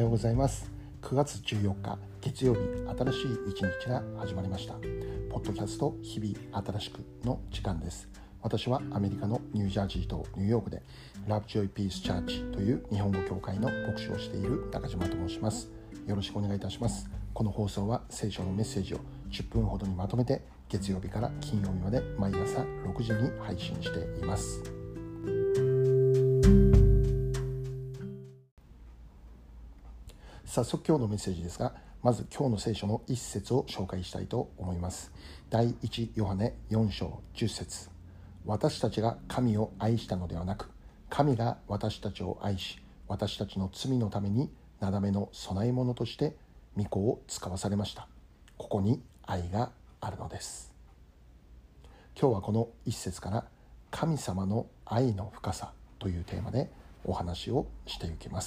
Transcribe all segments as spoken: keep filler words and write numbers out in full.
うございます。くがつじゅうよっか月曜日、新しい一日が始まりました。ポッドキャスト日々新しくの時間です。私はアメリカのニュージャージーとニューヨークで Love Joy Peace Church という日本語教会の牧師をしている中島と申します。よろしくお願いいたします。この放送は聖書のメッセージをじゅっぷんほどにまとめて月曜日から金曜日まで毎朝ろくじに配信しています。早速今日のメッセージですが、まず今日の聖書の一節を紹介したいと思います。第一ヨハネよん章じゅっ節。私たちが神を愛したのではなく、神が私たちを愛し、私たちの罪のためになだめの供え物として御子を使わされました。ここに愛があるのです。今日はこの一節から神様の愛の深さというテーマでお話をしていきます。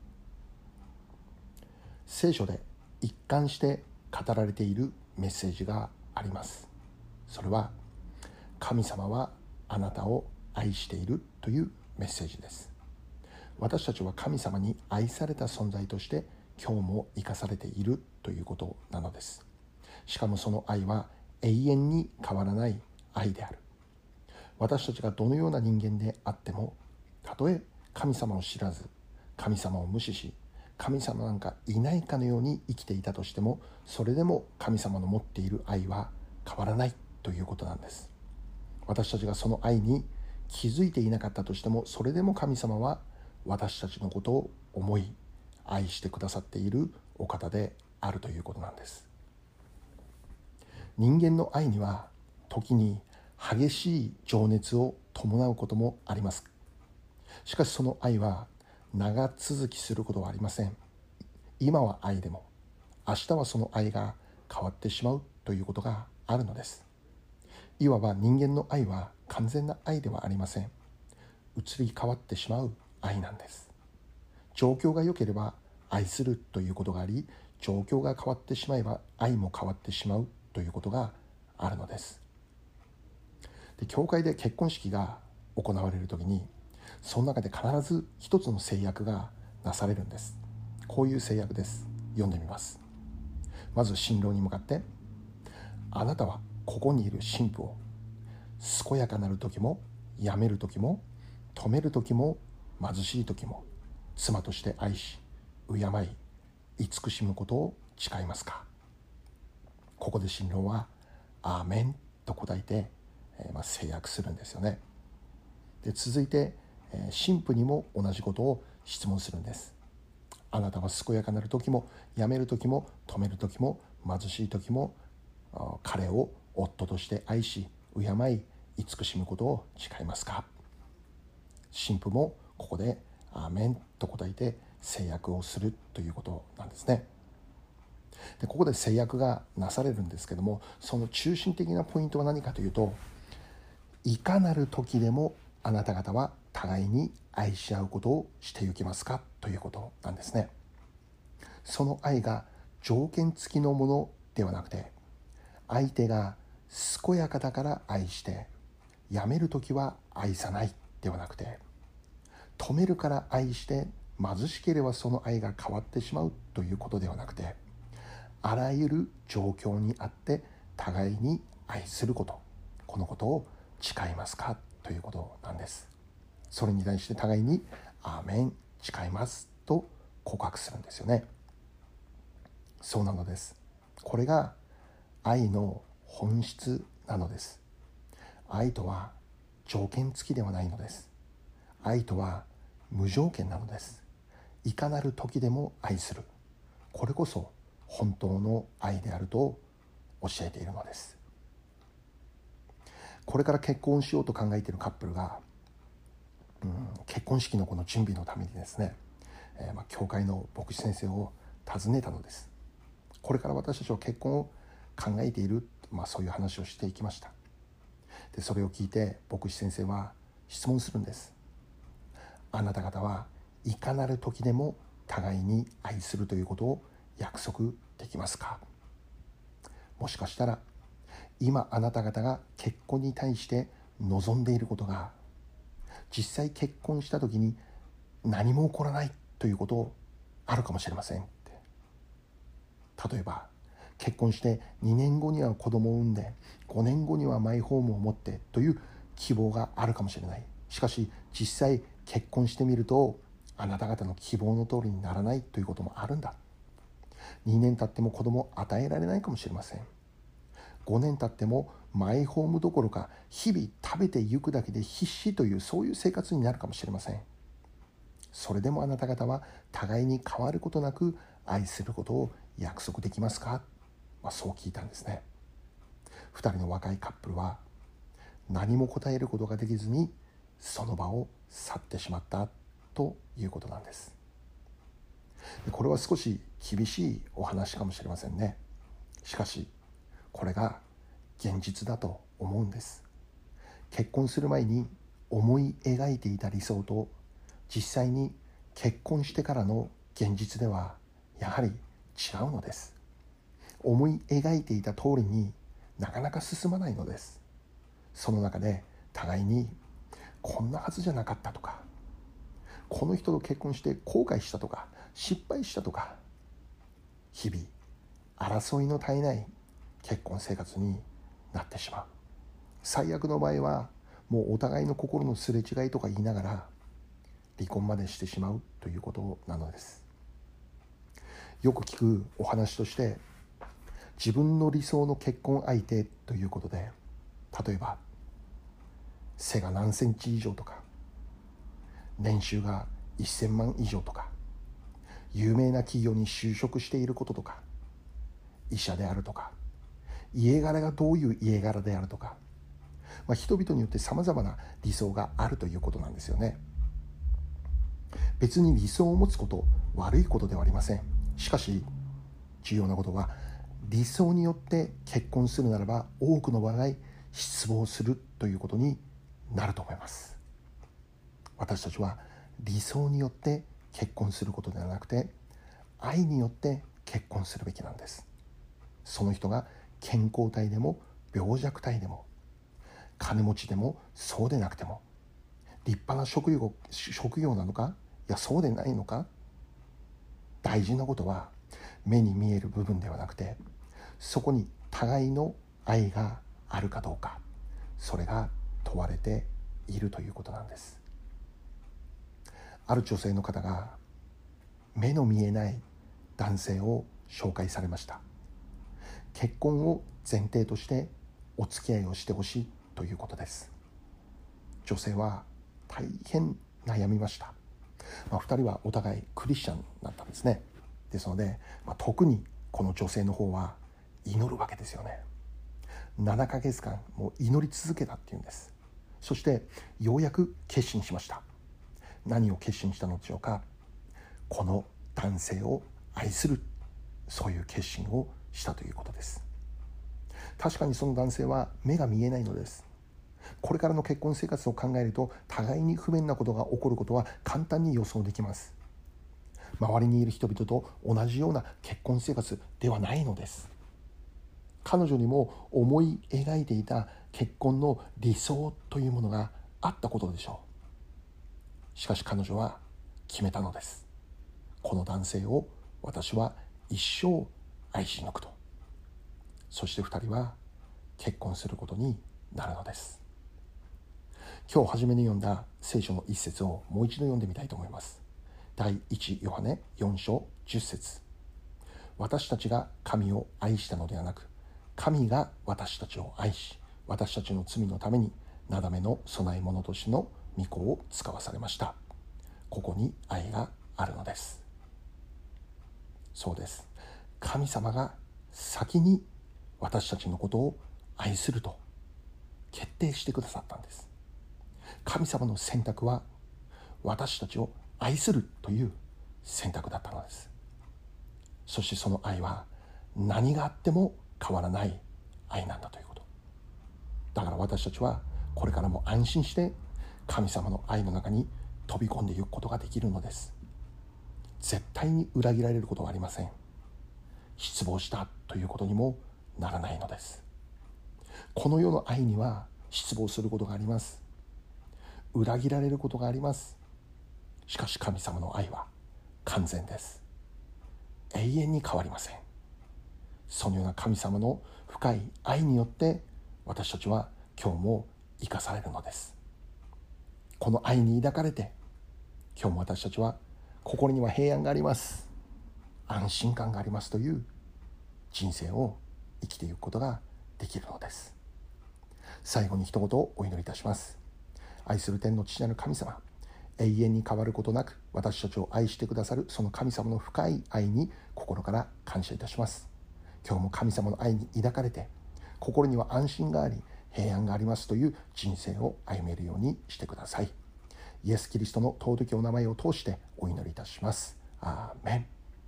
聖書で一貫して語られているメッセージがあります。それは神様はあなたを愛しているというメッセージです。私たちは神様に愛された存在として今日も生かされているということなのです。しかもその愛は永遠に変わらない愛である。私たちがどのような人間であっても、たとえ神様を知らず神様を無視し、神様なんかいないかのように生きていたとしても、それでも神様の持っている愛は変わらないということなんです。私たちがその愛に気づいていなかったとしても、それでも神様は私たちのことを思い愛してくださっているお方であるということなんです。人間の愛には時に激しい情熱を伴うこともあります。しかしその愛は長続きすることはありません。今は愛でも明日はその愛が変わってしまうということがあるのです。いわば人間の愛は完全な愛ではありません。移り変わってしまう愛なんです。状況が良ければ愛するということがあり、状況が変わってしまえば愛も変わってしまうということがあるのです。で、教会で結婚式が行われるときに、その中で必ず一つの制約がなされるんです。こういう制約です。読んでみます。まず新郎に向かって、あなたはここにいる新婦を健やかなる時も病める時も富める時も貧しい時も妻として愛し敬い慈しむことを誓いますか。ここで新郎はアーメンと答えて、えーまあ、制約するんですよね。で、続いて新婦にも同じことを質問するんです。あなたは健やかなる時も病める時も富める時も貧しい時も彼を夫として愛し敬い慈しむことを誓いますか。新婦もここでアーメンと答えて制約をするということなんですね。で、ここで制約がなされるんですけども、その中心的なポイントは何かというと、いかなる時でもあなた方は互いに愛し合うことをしてゆきますかということなんですね。その愛が条件付きのものではなくて、相手が健やかだから愛して、やめるときは愛さないではなくて、止めるから愛して貧しければその愛が変わってしまうということではなくて、あらゆる状況にあって互いに愛すること、このことを誓いますかということなんです。それに対して互いにアーメン、誓いますと告白するんですよね。そうなのです。これが愛の本質なのです。愛とは条件付きではないのです。愛とは無条件なのです。いかなる時でも愛する。これこそ本当の愛であると教えているのです。これから結婚しようと考えているカップルが、うん、結婚式のこの準備のためにですね、えーまあ、教会の牧師先生を訪ねたのです。これから私たちは結婚を考えている、まあ、そういう話をしていきました。で、それを聞いて牧師先生は質問するんです。あなた方はいかなる時でも互いに愛するということを約束できますか。もしかしたら今あなた方が結婚に対して望んでいることが、実際結婚した時に何も起こらないということをあるかもしれませんって。例えば結婚してにねんごには子供を産んでごねんごにはマイホームを持ってという希望があるかもしれない。しかし実際結婚してみるとあなた方の希望の通りにならないということもあるんだ。にねん経っても子供を与えられないかもしれません。ごねん経ってもマイホームどころか日々食べていくだけで必死というそういう生活になるかもしれません。それでもあなた方は互いに変わることなく愛することを約束できますか、まあ、そう聞いたんですね。ふたりの若いカップルは何も答えることができずにその場を去ってしまったということなんです。これは少し厳しいお話かもしれませんね。しかしこれが現実だと思うんです。結婚する前に思い描いていた理想と実際に結婚してからの現実ではやはり違うのです。思い描いていた通りになかなか進まないのです。その中で互いにこんなはずじゃなかったとか、この人と結婚して後悔したとか失敗したとか、日々争いの絶えない結婚生活になってしまう。最悪の場合はもうお互いの心のすれ違いとか言いながら離婚までしてしまうということなのです。よく聞くお話として自分の理想の結婚相手ということで、例えば背が何センチ以上とか年収がせんまん以上とか有名な企業に就職していることとか医者であるとか家柄がどういう家柄であるとか、まあ、人々によってさまざまな理想があるということなんですよね。別に理想を持つこと悪いことではありません。しかし重要なことは理想によって結婚するならば多くの場合失望するということになると思います。私たちは理想によって結婚することではなくて愛によって結婚するべきなんです。その人が健康体でも病弱体でも金持ちでもそうでなくても立派な職業、職業なのかいやそうでないのか、大事なことは目に見える部分ではなくてそこに互いの愛があるかどうか、それが問われているということなんです。ある女性の方が目の見えない男性を紹介されました。結婚を前提としてお付き合いをしてほしいということです。女性は大変悩みました。まあ、ふたりはお互いクリスチャンだったんですね。ですので、まあ、特にこの女性の方は祈るわけですよね。ななかげつかんもう祈り続けたっていうんです。そしてようやく決心しました。何を決心したのでしょうか。この男性を愛する、そういう決心をしたということです。確かにその男性は目が見えないのです。これからの結婚生活を考えると互いに不便なことが起こることは簡単に予想できます。周りにいる人々と同じような結婚生活ではないのです。彼女にも思い描いていた結婚の理想というものがあったことでしょう。しかし彼女は決めたのです。この男性を私は一生愛し抜くと。そして二人は結婚することになるのです。今日初めに読んだ聖書の一節をもう一度読んでみたいと思います。第一ヨハネよん章じゅっ節。私たちが神を愛したのではなく、神が私たちを愛し、私たちの罪のためになだめの供え物としての御子を使わされました。ここに愛があるのです。そうです。神様が先に私たちのことを愛すると決定してくださったんです。神様の選択は私たちを愛するという選択だったのです。そしてその愛は何があっても変わらない愛なんだということ。だから私たちはこれからも安心して神様の愛の中に飛び込んでいくことができるのです。絶対に裏切られることはありません。失望したということにもならないのです。この世の愛には失望することがあります。裏切られることがあります。しかし神様の愛は完全です。 永遠に変わりません。そのような神様の深い愛によって私たちは今日も生かされるのです。この愛に抱かれて今日も私たちは心には平安があります、安心感がありますという人生を生きていくことができるのです。最後に一言お祈りいたします。愛する天の父なる神様、永遠に変わることなく私たちを愛してくださるその神様の深い愛に心から感謝いたします。今日も神様の愛に抱かれて心には安心があり平安がありますという人生を歩めるようにしてください。イエス・キリストの尊きお名前を通してお祈りいたします。アーメン。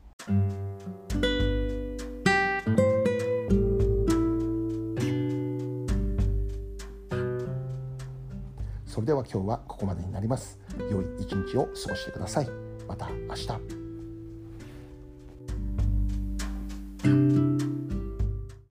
それでは今日はここまでになります。良い一日を過ごしてください。また明日。